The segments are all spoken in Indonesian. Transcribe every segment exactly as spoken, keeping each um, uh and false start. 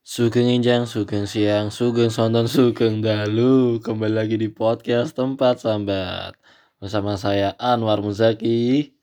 Sugeng Injang, Sugeng Siang, Sugeng Sonton, Sugeng Dalu. Kembali lagi di podcast Tempat Sambat bersama saya Anwar Muzaki.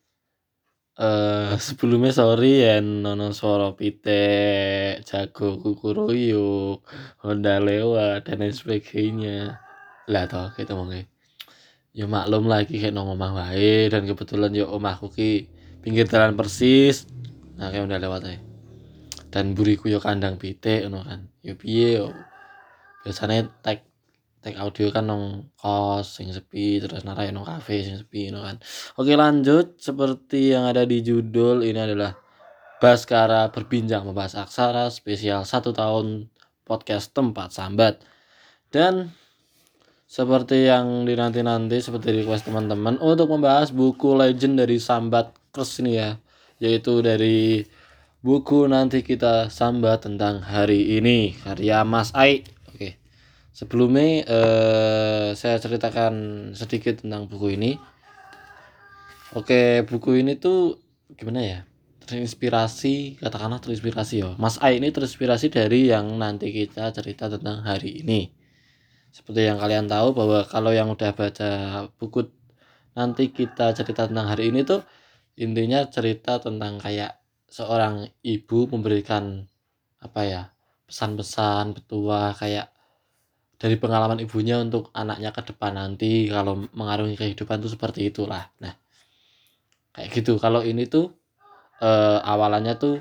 Eh sebelumnya sorry ya nono suara pitek, jago kukuruyuk, Honda lewat dan lain sebagainya. Lah toh kita mau ya maklum lagi kayak nong omah wae dan kebetulan ya omahku ki pinggir jalan persis. Nah kayak udah lewat aja. Dan buriku yo kandang pitik ngono kan. Yo piye yo biasanya tag tag audio kan nong kos sing sepi terus narai nong kafe sing sepi no kan. Oke lanjut seperti yang ada di judul ini adalah Baskara berbincang membahas aksara spesial satu tahun podcast Tempat Sambat. Dan seperti yang dinanti-nanti seperti request teman-teman untuk membahas buku legend dari Sambat Kers ini ya, yaitu dari buku Nanti Kita Sambat Tentang Hari Ini karya Mas Ai. Oke. Sebelumnya eh, saya ceritakan sedikit tentang buku ini. Oke, buku ini tuh gimana ya? Terinspirasi, katakanlah terinspirasi ya. Mas Ai ini terinspirasi dari yang Nanti Kita Cerita Tentang Hari Ini. Seperti yang kalian tahu bahwa kalau yang udah baca buku Nanti Kita Cerita Tentang Hari Ini tuh intinya cerita tentang kayak seorang ibu memberikan apa ya, pesan-pesan petua kayak dari pengalaman ibunya untuk anaknya ke depan nanti kalau mengarungi kehidupan tuh seperti itulah. Nah, kayak gitu. Kalau ini tuh eh, awalannya tuh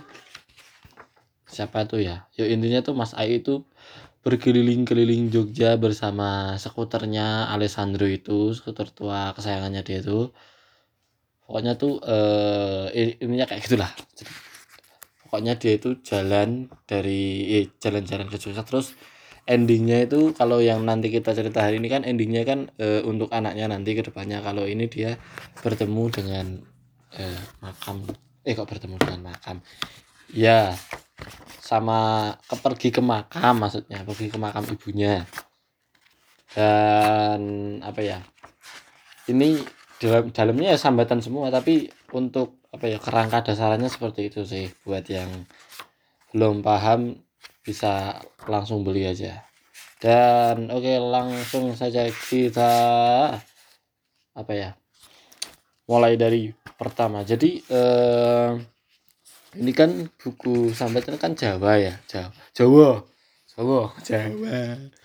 siapa tuh ya? Ya intinya tuh Mas Ai itu berkeliling-keliling Jogja bersama skuternya Alessandro itu, skuter tua kesayangannya dia tuh. Pokoknya tuh eh ininya kayak gitulah. Pokoknya dia itu jalan dari eh, jalan-jalan ke Jogja terus endingnya itu kalau yang nanti kita cerita hari ini kan endingnya kan eh, untuk anaknya nanti ke depannya. Kalau ini dia bertemu dengan eh, makam eh kok bertemu dengan makam ya sama kepergi ke makam maksudnya pergi ke makam ibunya. Dan apa ya, ini dalam dalamnya ya sambatan semua tapi untuk apa ya kerangka dasarnya seperti itu sih. Buat yang belum paham bisa langsung beli aja. Dan oke langsung saja kita apa ya mulai dari pertama. Jadi eh, ini kan buku sambatnya kan Jawa ya, Jawa Jawa Jawa Jawa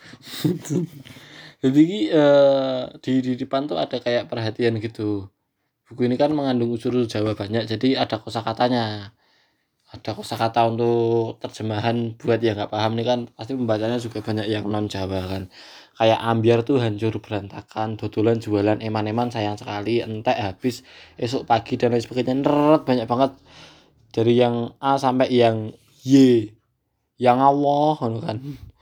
jadi eh, di di depan tuh ada kayak perhatian gitu. Buku ini kan mengandung unsur Jawa banyak, jadi ada kosakatanya. Ada kosakata untuk terjemahan buat yang nggak paham nih kan pasti pembacanya juga banyak yang non Jawa kan. Kayak ambiar tuh hancur berantakan, dodolan jualan eman-eman sayang sekali, entek habis esok pagi dan lain sebagainya. Neret banyak banget dari yang A sampai yang Y, yang Allah kan.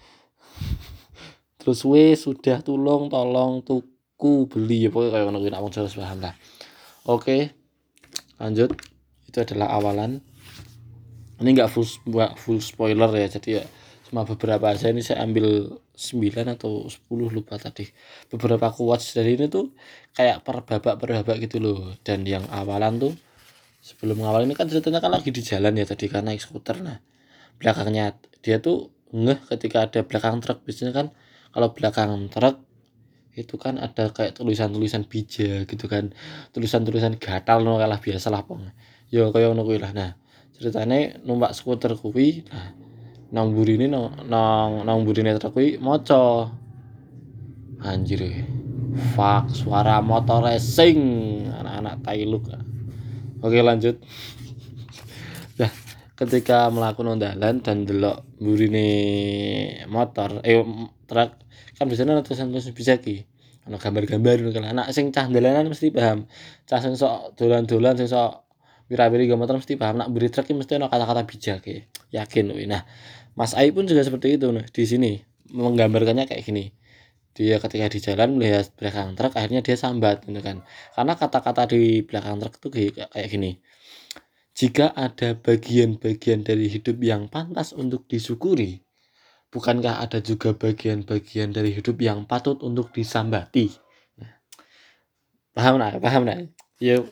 Terus we sudah tulung tolong tuku beli ya pokoknya kayak ngono kuwi harus paham lah. Oke, lanjut. Itu adalah awalan. Ini enggak full enggak full spoiler ya. Jadi ya cuma beberapa aja ini saya ambil sembilan atau sepuluh lupa tadi. Beberapa quotes dari ini tuh kayak per babak per babak gitu loh. Dan yang awalan tuh sebelum awal ini kan ceritanya kan lagi di jalan ya tadi kan naik skuter. Nah, belakangnya dia tuh ngeh ketika ada belakang truk. Biasanya kan kalau belakang truk itu kan ada kayak tulisan-tulisan bija gitu kan, tulisan-tulisan gatal no kalah biasa lah pong yo kaya ngono kuwi lah. Nah ceritanya numpak skuter kuwi nah nang burine nang nang nang burine truk kuwi maca anjir fuck suara motor racing anak-anak Tailuk. Oke lanjut. Nah ketika melakukan ondalan dan delok burine motor eh truk kan biasanya tulisan-tulisan bisa ki ana gambar-gambar kan anak sing cah ndalanan mesti paham, cah sing sok dolan-dolan sing sok wira-wiri nggo motor mesti paham nek mburi truk ki mesti ana kata-kata bijak ya yakin kuwi. Nah Mas Ai pun juga seperti itu nah di sini menggambarkannya kayak gini, dia ketika di jalan melihat belakang truk akhirnya dia sambat gitu kan karena kata-kata di belakang truk tuh kayak kayak gini, jika ada bagian-bagian dari hidup yang pantas untuk disyukuri, bukankah ada juga bagian-bagian dari hidup yang patut untuk disambati? Paham nak? Paham nak? Ya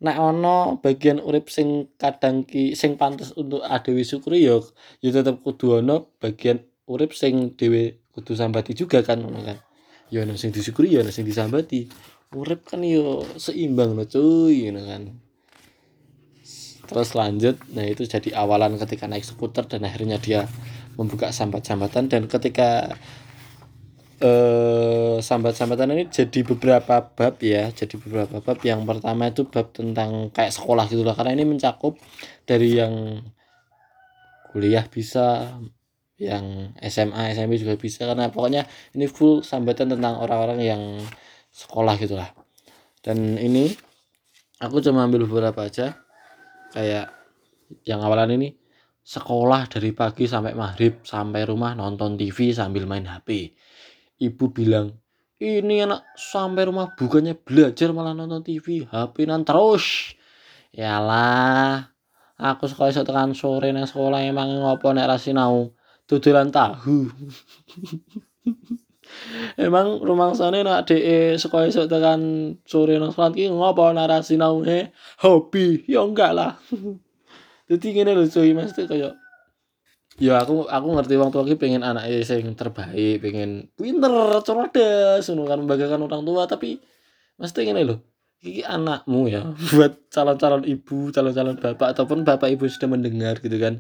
nek ana bagian urip sing kadang ki sing pantes untuk adewe syukuri ya ya tetep kudu ana bagian urip sing dhewe kudu sambati juga kan ngono kan. Ya ana sing disyukuri ya ana sing disambati. Urip kan yo seimbang lho cuy ngono kan. Terus lanjut, nah itu jadi awalan ketika naik skuter dan akhirnya dia membuka sambat-sambatan dan ketika eh sambat-sambatan ini jadi beberapa bab ya, jadi beberapa bab. Yang pertama itu bab tentang kayak sekolah gitu lah, karena ini mencakup dari yang kuliah bisa, yang S M A, S M P juga bisa, karena pokoknya ini full sambatan tentang orang-orang yang sekolah gitu lah. Dan ini aku cuma ambil beberapa aja, kayak yang awalan ini sekolah dari pagi sampai maghrib, sampai rumah nonton T V sambil main H P. Ibu bilang, ini anak sampai rumah bukannya belajar malah nonton T V, H P-nan terus. Yalah, aku sekolah iso tekan sore nang sekolah emang ngopo nek ra sinau dodolan tahu. Emang rumangsane nek dheke sekolah iso tekan sore nang sekolah iki ngopo nek ra sinau he hobi, ya enggak lah. Dadi ngene lho cuy, maksudnya kayak ya aku aku ngerti wong tua ki pengen anake sing terbaik, pengen pinter, cerdas, ngono kan membanggakan orang tua, tapi mesti ngene lho, iki anakmu ya, buat calon-calon ibu, calon-calon bapak ataupun bapak ibu sudah mendengar gitu kan.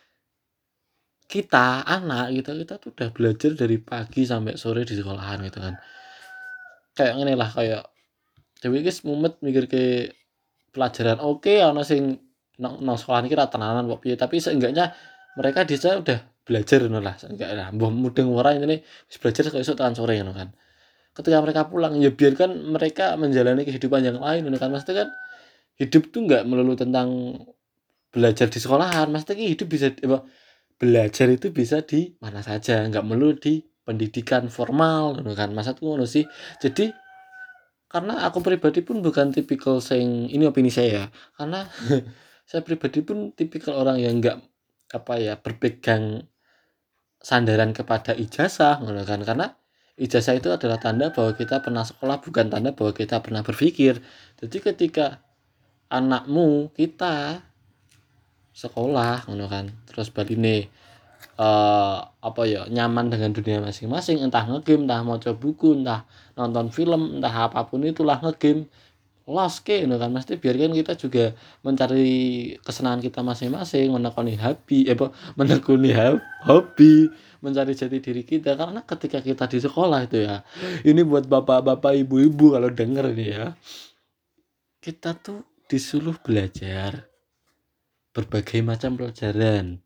Kita anak kita kita tuh udah belajar dari pagi sampai sore di sekolahan gitu kan. Kayak ngene lah, kayak dhewe iki mumet mikirke pelajaran oke ana sing nang nang sekolahan iki ra tenanan kok piye, tapi seenggaknya mereka di sana udah belajar ngono lah, seenggaknya mbah mudeng ora intine wis belajar kok esuk tekan sore ngono kan. Ketika mereka pulang ya biarkan mereka menjalani kehidupan yang lain ngono kan, maksudnya kan hidup tuh nggak melulu tentang belajar di sekolahan, maksudnya ki hidup bisa apa, belajar itu bisa di mana saja, nggak melulu di pendidikan formal ngono kan, maksudku ngono sih. Jadi karena aku pribadi pun bukan tipikal sing ini opini saya ya, karena saya pribadi pun tipikal orang yang nggak apa ya, berpegang sandaran kepada ijazah ngono kan, karena ijazah itu adalah tanda bahwa kita pernah sekolah, bukan tanda bahwa kita pernah berpikir. Jadi ketika anakmu kita sekolah ngono kan, terus baline eh apa ya, nyaman dengan dunia masing-masing, entah nge-game, entah maca buku, entah nonton film, entah apapun itulah, nge-game, los ke ngono kan, mesti biarkan kita juga mencari kesenangan kita masing-masing, menekuni hobi, eh apa menekuni ha- hobi, mencari jati diri kita. Karena ketika kita di sekolah itu ya, ini buat bapak-bapak, ibu-ibu kalau denger nih ya, kita tuh disuruh belajar berbagai macam pelajaran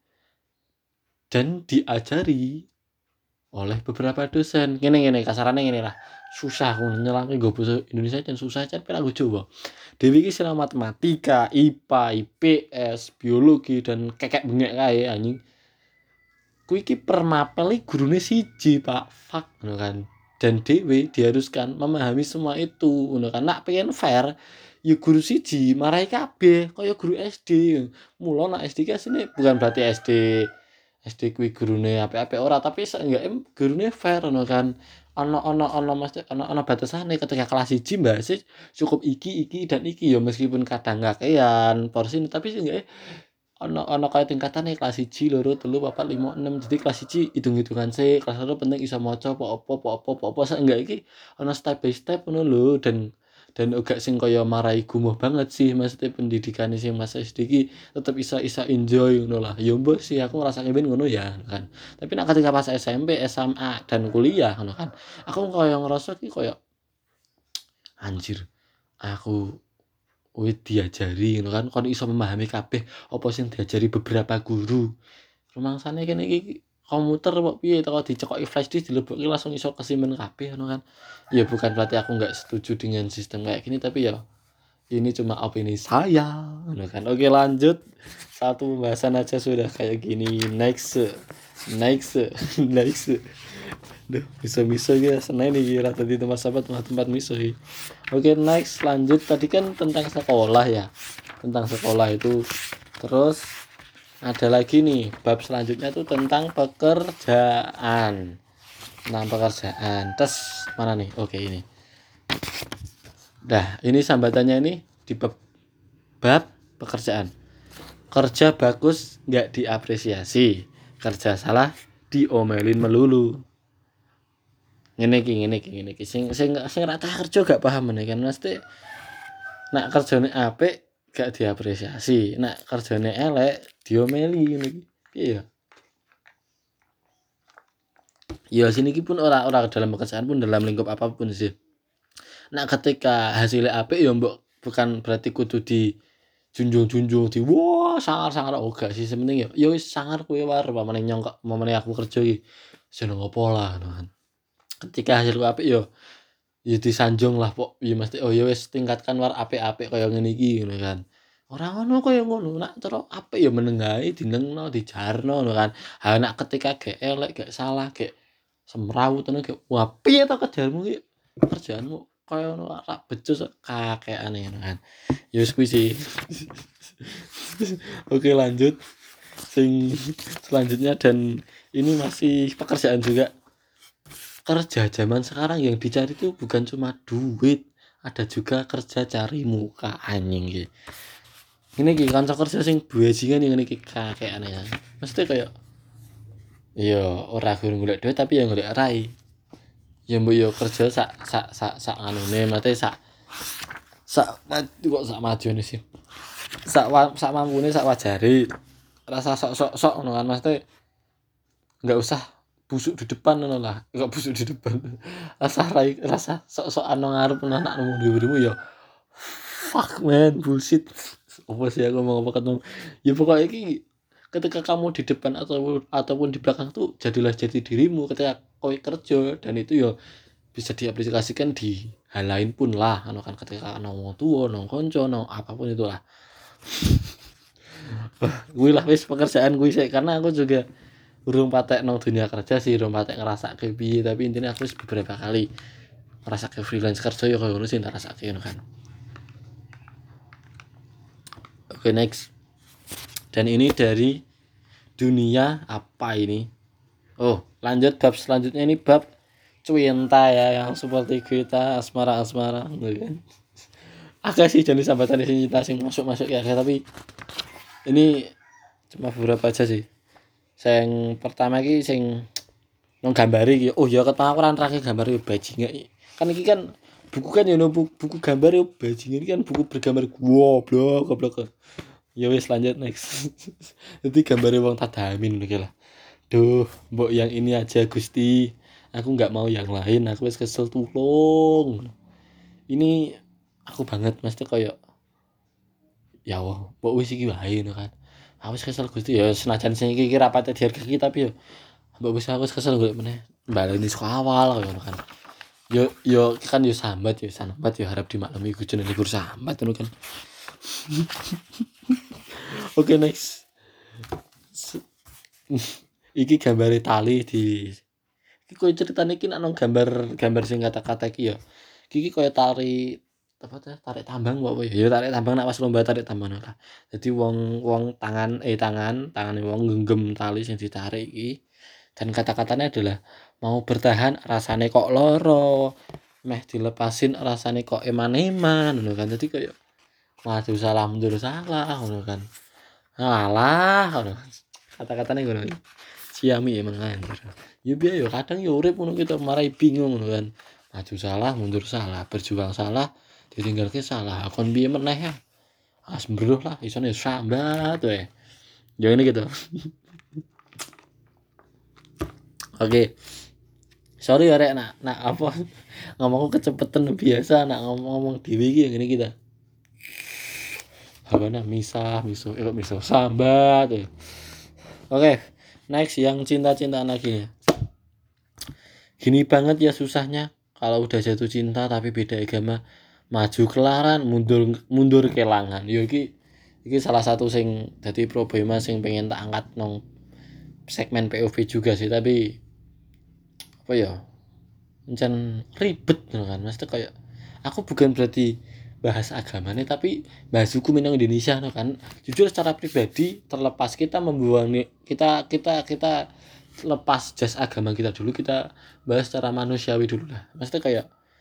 dan diajari oleh beberapa dosen. Ngene ngene kasarane ngene lah. Susah aku nyelangke nggo basa Indonesia jan susah jan pengen aku Jawa. Dewe iki sinau matematika, I P A, I P S, biologi dan kekek bengek kae anjing. Kuwi iki per mapel iki gurune siji, Pak. Fuck ngono kan. Dan dhewe diharuskan memahami semua itu ngono kan. Nak pengen fair ya guru siji marahi kabeh kaya guru S D. Mula nak S D ki asline bukan berarti S D S D kuwi gurune apik-apik ora, tapi seenggaknya gurune fair ngono kan. Ana ana ana mesti ana ana batasane ketika kelas satu bahasnya cukup iki, iki, dan iki ya meskipun kadang kakean porsi tapi seenggaknya ana ana kaya tingkatane kelas satu, loro, telu, papat, lima, enam. Jadi kelas satu hitung-hitungan sik, kelas loro penting iso maca apa apa apa apa apa apa seenggaknya iki ana step by step ngono lho. Dan dan gak sing kaya marai gumoh banget sih, maksudnya pendidikane sing Mas S D iki tetep isa isa enjoy ngono lah. Ya mbok sih aku ngrasake ben ngono ya kan. Tapi nek ketika pas S M P, S M A dan kuliah ngono kan, aku kaya ngerasa ki kaya anjir, aku wis diajari ngono kan, kon iso memahami kabeh apa sing diajari beberapa guru. Rumangsane kene iki komputer kok piye teko dicekoki flash disk dilebokke langsung iso kesimpen kabeh ngono kan. Ya bukan berarti aku nggak setuju dengan sistem kayak gini, tapi ya ini cuma opini saya ngono kan. Oke lanjut, satu pembahasan aja sudah kayak gini. Next, next, next. Duh, miso-miso ya seneng nih kira tadi tempat sahabat tempat-tempat miso iki. Oke next, lanjut. Tadi kan tentang sekolah ya, tentang sekolah itu. Terus ada lagi nih bab selanjutnya tuh tentang pekerjaan, tentang pekerjaan. Tes mana nih? Oke ini. Dah ini sambatannya ini di bab bab pekerjaan. Kerja bagus nggak diapresiasi, kerja salah diomelin melulu. Ngene iki ngene iki ngene iki sing sing sing ra kerja gak paham meneh kan mesti nak kerjane apik gak diapresiasi, nak kerjane elek diomeli ngene iki. Iya. Ya sini pun ora ora dalam pekerjaan pun dalam lingkup apapun sih. Nah ketika hasilnya apik ya mbok bukan berarti kudu di junjung-junjung di wah sangar-sangar oh gak sih sementing ya ya wis sangar kowe war pamane nyongkok pamane aku kerja iki seneng opo lah kan. Ketika hasilku apik ya ya disanjung lah pok ya mesti oh ya wis tingkatkan war apik-apik kaya ngene iki ngono kan. Ora ngono kaya ngono nak cara apik ya meneng ae dinengno dijarno ngono kan. Ha nak ketika gek elek gek salah gek semrawut ngono gek wah piye to kerjaanmu iki kerjaanmu kaya ngono rak becus kakeane ngono kan. Ya wis kuwi sih. Oke lanjut. Sing selanjutnya dan ini masih pekerjaan juga. Kerja zaman sekarang yang dicari itu bukan cuma duit, ada juga kerja cari muka anjing iki. Ini iki kanca kerja sing bajingan ngene iki kakeane ya. Mesti kaya ya ora gurung golek duit tapi ya golek rai. Ya mbok yo kerja sak sak sak sak anune mate sak sak kok sak majone sih. Sak sak mampune sak wajare. Rasa sok-sok ngono kan mesti enggak usah busuk di depan ngono lah. Enggak busuk di depan. Rasa rai rasa sok-sokan nang ngarep anak dhewe-dhewe ya. Fuck man, bullshit. Apa sih aku mau apa ketemu. Ya pokoknya iki ketika kamu di depan atau ataupun di belakang tuh jadilah jati dirimu ketika kowe kerja dan itu ya bisa diaplikasikan di hal lain pun lah anu kan ketika ana wong tuwa nang kanca nang apapun itulah. Kuwi lah wis pekerjaan kuwi sik karena aku juga urung patek nang dunia kerja sih urung patek ngrasake piye tapi intinya aku wis beberapa kali ngrasake freelance kerja ya koyo ngono sih tak rasake ngono kan. Oke okay, next. Dan ini dari dunia apa ini? Oh, lanjut bab selanjutnya ini bab cinta ya yang seperti kita asmara-asmara gitu kan. Agak sih jenis sambatan di cinta sing masuk-masuk ya tapi ini cuma beberapa aja sih. Yang pertama iki sing nang gambari iki. Oh ya ketemu aku ora nerake gambar bajingan iki. Kan iki kan buku kan ya buku, buku gambar ya bajingan kan buku bergambar goblok goblok. Ya wis lanjut next. Jadi gambarnya wong tadamin iki lah. Duh, mbok yang ini aja Gusti. Aku enggak mau yang lain, aku wis kesel tulung. Ini aku banget mesti koyo ya Allah, mbok wis iki wae ngono kan. Aku wis kesel Gusti ya senajan sing iki rapate dihargai tapi yo mbok wis aku wis kesel golek meneh. Baleni saka awal koyo ngono kan. Yo yo kan yo sambat yo sambat yo harap dimaklumi Gusti libur sambat ngono kan. Oke okay, next. Iki gambare tali di iki koyo ceritane iki nang gambar gambar sing kata-kata iki ya. Iki koyo tari apa tuh tarik tambang apa ya? Ya tarik tambang nak pas lomba tarik tambang lah. Jadi wong wong tangan eh tangan tangane wong genggam tali sing ditarik iki. Dan kata-katanya adalah mau bertahan rasane kok loro. Meh dilepasin rasane kok eman-eman ngono kan. Jadi koyo maju salah mundur salah ngono kan. Alah ngono. Kata-katane ngono. Ciami emang anjir. Ya biya yo kadang yo urip ngono kita marai bingung ngono kan. Maju salah, mundur salah, berjuang salah, ditinggalke salah. Kon piye meneh ya? Asmbroh lah isone sambat wae. Ya ini gitu. Oke. Okay. Sorry ya rek nak nak apa ngomongku kecepetan biasa nak ngomong-ngomong dhewe iki ngene kita. Hawana misah, miso, eh miso sambat. Eh. Oke, okay, next yang cinta-cintaan lagi ya. Gini banget ya susahnya kalau udah jatuh cinta tapi beda agama, maju kelaran, mundur mundur kelangan. Yo iki iki salah satu sing dadi problema sing pengen tak angkat nang segmen P O V juga sih, tapi apa ya? Encen ribet kan. Maksudnya kayak aku bukan berarti bahas agamanya tapi bahas hukum nang Indonesia no kan. Jujur secara pribadi terlepas kita membuang kita kita kita lepas jas agama kita dulu kita bahas secara manusiawi dulu lah. Maksudnya kayak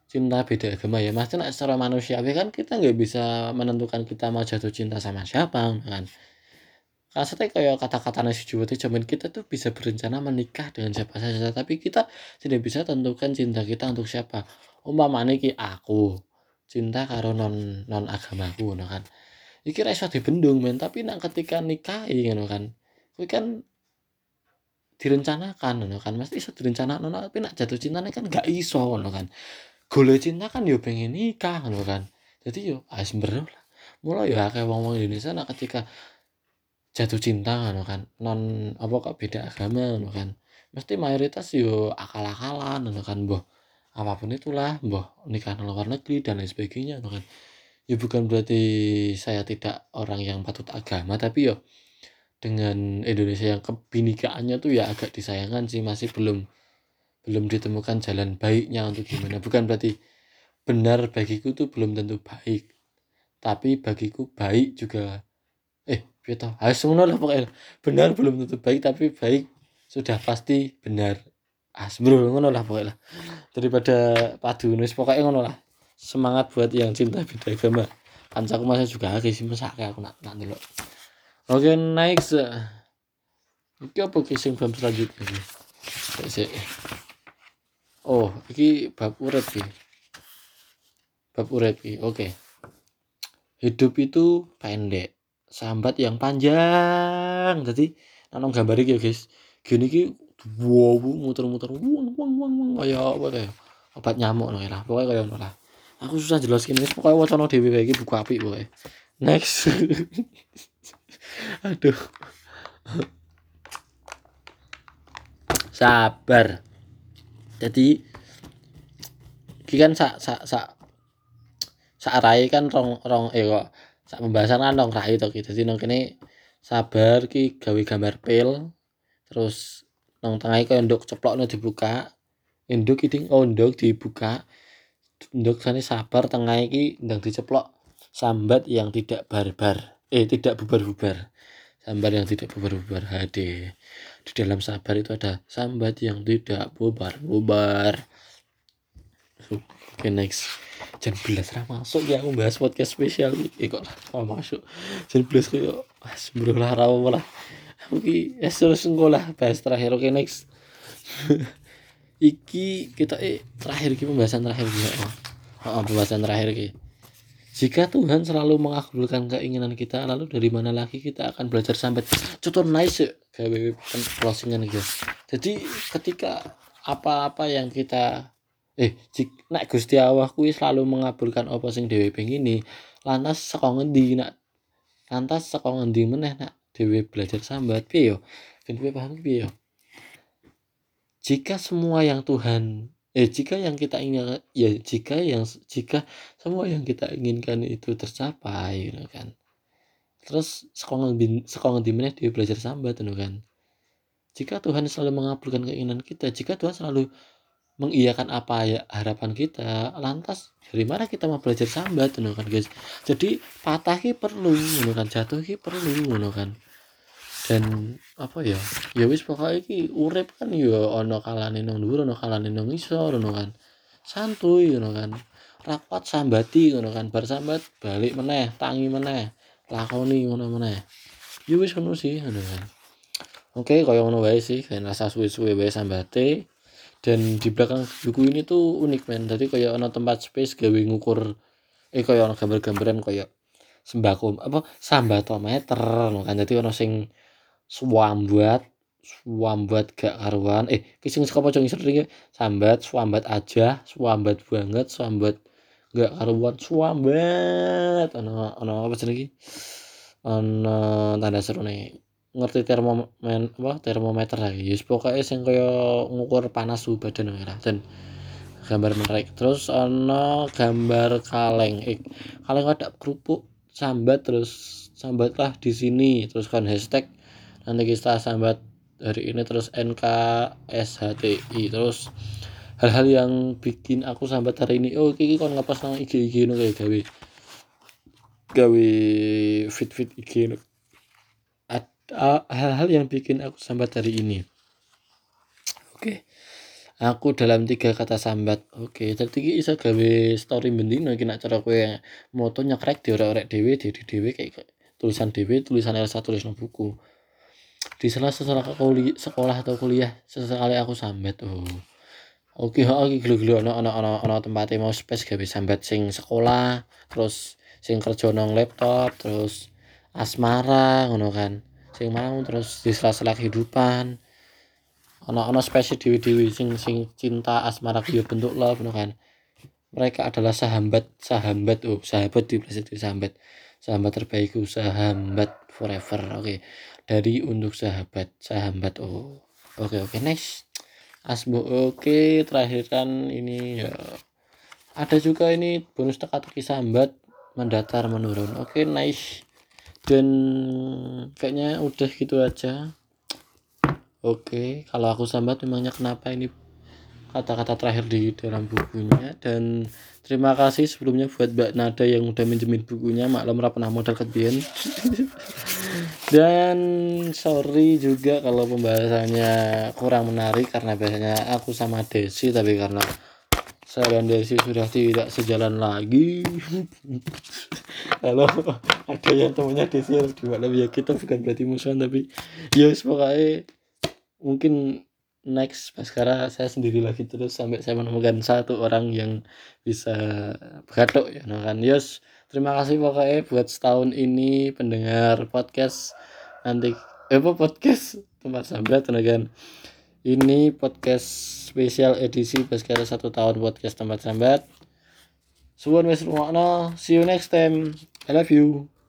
cinta beda agama ya, maksudnya nek secara manusiawi kan kita nggak bisa menentukan kita mau jatuh cinta sama siapa kan. Maksudnya kayak kata-katanya si Juwete jaman kita tuh bisa berencana menikah dengan siapa saja, tapi kita tidak bisa tentukan cinta kita untuk siapa. Umpamane ki aku cinta karo non non agamaku ngono kan. Iki ra iso dibendung men, tapi nek ketika nikahi ngono kan, kuwi kan direncanakan ngono kan, mesti iso direncanakno tapi nek jatuh cintane kan gak iso ngono kan. Golek cinta kan yo pengen nikah ngono kan. Jadi yo ah sembrono lah. Mula yo akeh wong-wong Indonesia nek ketika jatuh cinta ngono kan, non apa kok beda agama ngono kan. Mesti mayoritas yo akal-akalan ngono kan, mbah apapun itulah, mbah nikah nang luar negeri dan lain sebagainya ngono kan. Ya bukan berarti saya tidak orang yang patut agama, tapi yo dengan Indonesia yang kebinikaannya tuh ya agak disayangkan sih, masih belum belum ditemukan jalan baiknya untuk gimana. Bukan berarti benar bagiku tuh belum tentu baik, tapi bagiku baik juga eh piye to? Ah semono lah pokoknya. Benar belum tentu baik, tapi baik sudah pasti benar. Ah sembrono ngono lah pokoknya lah. Daripada padu wis pokoknya ngono lah. Semangat buat yang cinta beda agama. Kancaku masa juga akeh sih mesake aku nak nak ndelok. Oke, next. Iki apa ki sing bab selanjutnya iki? Sik sik. Oh, iki bab urip iki. Bab urip iki. Oke. Hidup itu pendek, sambat yang panjang. Jadi nang gambar iki ya, guys. Gini iki wow muter-muter wong wong wong wong kaya apa kaya obat nyamuk ngono lah. Pokoke kaya ngono lah. Aku susah jelasin wis pokoke wacana dhewe wae iki buku apik pokoke. Next. Aduh. Sabar. Jadi iki kan sak sak sak sak arahe kan rong rong eh kok sak pembahasan kan rong rai to ki. Dadi nang kene sabar ki gawe gambar pil, terus nang tengahe kaya nduk ceplokno dibuka. Induk iki oh nduk dibuka. Nduk sane sabar tengahe iki ndang diceplok sambat yang tidak barbar. Eh tidak bubar-bubar. Sambat yang tidak bubar-bubar H D. Di dalam sabar itu ada sambat yang tidak bubar-bubar. Oke, okay, next. Jan belas ra masuk ya aku bahas podcast spesial iki kok ra masuk. Jan belas koyo sembrono lah ra lah. Aku ki es terus engko lah bahas terakhir. Oke, okay, next. Iki kita eh terakhir iki pembahasan terakhir iki. Heeh, oh, pembahasan terakhir iki. Jika Tuhan selalu mengabulkan keinginan kita, lalu dari mana lagi kita akan belajar sampai contoh nice gawe closingan iki. Jadi ketika apa-apa yang kita eh jik nek Gusti Allah kuwi selalu mengabulkan apa sing dhewe pengini, lantas saka ngendi nak lantas saka ngendi meneh nak dhewe belajar sambat piye yo? Ben kowe paham piye yo? Jika semua yang Tuhan eh jika yang kita ingin ya jika yang jika semua yang kita inginkan itu tercapai gitu kan. Terus saka ngendi saka ngendi meneh dhewe belajar sambat ngono kan. Jika Tuhan selalu mengabulkan keinginan kita, jika Tuhan selalu mengiyakan apa ya harapan kita, lantas dari mana kita mau belajar sambat ngono kan guys. Jadi patah ki perlu ngono kan, jatuh ki perlu ngono kan. Dan apa ya? Ya wis pokoke iki urip kan ya ana kalane nang dhuwur, ana kalane nang ngisor ngono kan. Santuy ngono kan. Ra kuat sambati ngono kan, bar sambat balik meneh, tangi meneh, lakoni ngono meneh. Ya wis ngono sih ngono kan. Oke, kaya ngono wae sih, ben rasa suwe-suwe wae sambate. Dan di belakang buku ini tuh unik men, tadi kayak ana tempat space gawe ngukur eh kayak ana gambar-gambaran kayak sembako apa sambatometer ngono kan. Dadi ana sing swambat, swambat gak karuan. Eh ki sing saka pojok ngisor iki sambat, swambat aja, swambat banget, swambat gak karuan, swambat. Ana ana apa jenenge iki? Ana tanda serune. Ngerti termomen apa termometer lagi ya pokoke sing kaya ngukur panas suhu badan ora dan gambar menarik terus ana gambar kaleng eh kaleng ada kerupuk sambat terus sambatlah di sini terus kan hashtag nanti kita sambat hari ini terus N K S H T I terus hal-hal yang bikin aku sambat hari ini oh iki kon ngepost nang I G I G no kayak gawe gawe fit-fit I G no. Hal-hal yang bikin aku sambat hari ini. Oke. Aku dalam tiga kata sambat. Oke, dadi iki iso gawe story bendino iki nek cara kowe moto nyekrek diorek-orek dhewe, diri dhewe kayak tulisan dhewe, tulisan Elsa tulis nang buku. Di sela-sela kuli sekolah atau kuliah, sesekali aku sambat. Oh. Oke, heeh iki gelo-gelo ana ana ana ana tempate mau space gawe sambat sing sekolah, terus sing kerja nang laptop, terus asmara ngono kan. Sing mau terus di sela-sela kehidupan. Ana ana space dhewe-dhewe sing sing cinta asmara ya bentuk love ngono kan. Mereka adalah sahabat, sahabat, oh sahabat di itu sahabat. Sahabat terbaikku, sahabat forever. Oke. Dari untuk sahabat, sahabat. Oh. Oke oke next. Asbo oke terakhir kan ini ya. Ada juga ini bonus teka-teki sambat mendatar menurun. Oke nice. Dan kayaknya udah gitu aja. Oke, kalau aku sambat memangnya kenapa ini kata-kata terakhir di dalam bukunya. Dan terima kasih sebelumnya buat Mbak Nada yang udah minjemin bukunya, maklum ora pernah modal kedien. Dan sorry juga kalau pembahasannya kurang menarik karena biasanya aku sama Desi, tapi karena saya dan Desi sudah tidak sejalan lagi. Kalau ada yang temannya Desi harus dimaklum ya, kita bukan berarti musuhan, tapi ya pokoknya mungkin next pas sekarang saya sendiri lagi terus sampai saya menemukan satu orang yang bisa bergaduh ya no kan. Yes, terima kasih pokoknya buat setahun ini pendengar podcast nanti eh apa podcast tempat sambat no kan. Ini podcast spesial edisi pas sekarang satu tahun podcast tempat sambat. Suwun wis rungokno, see you next time. I love you.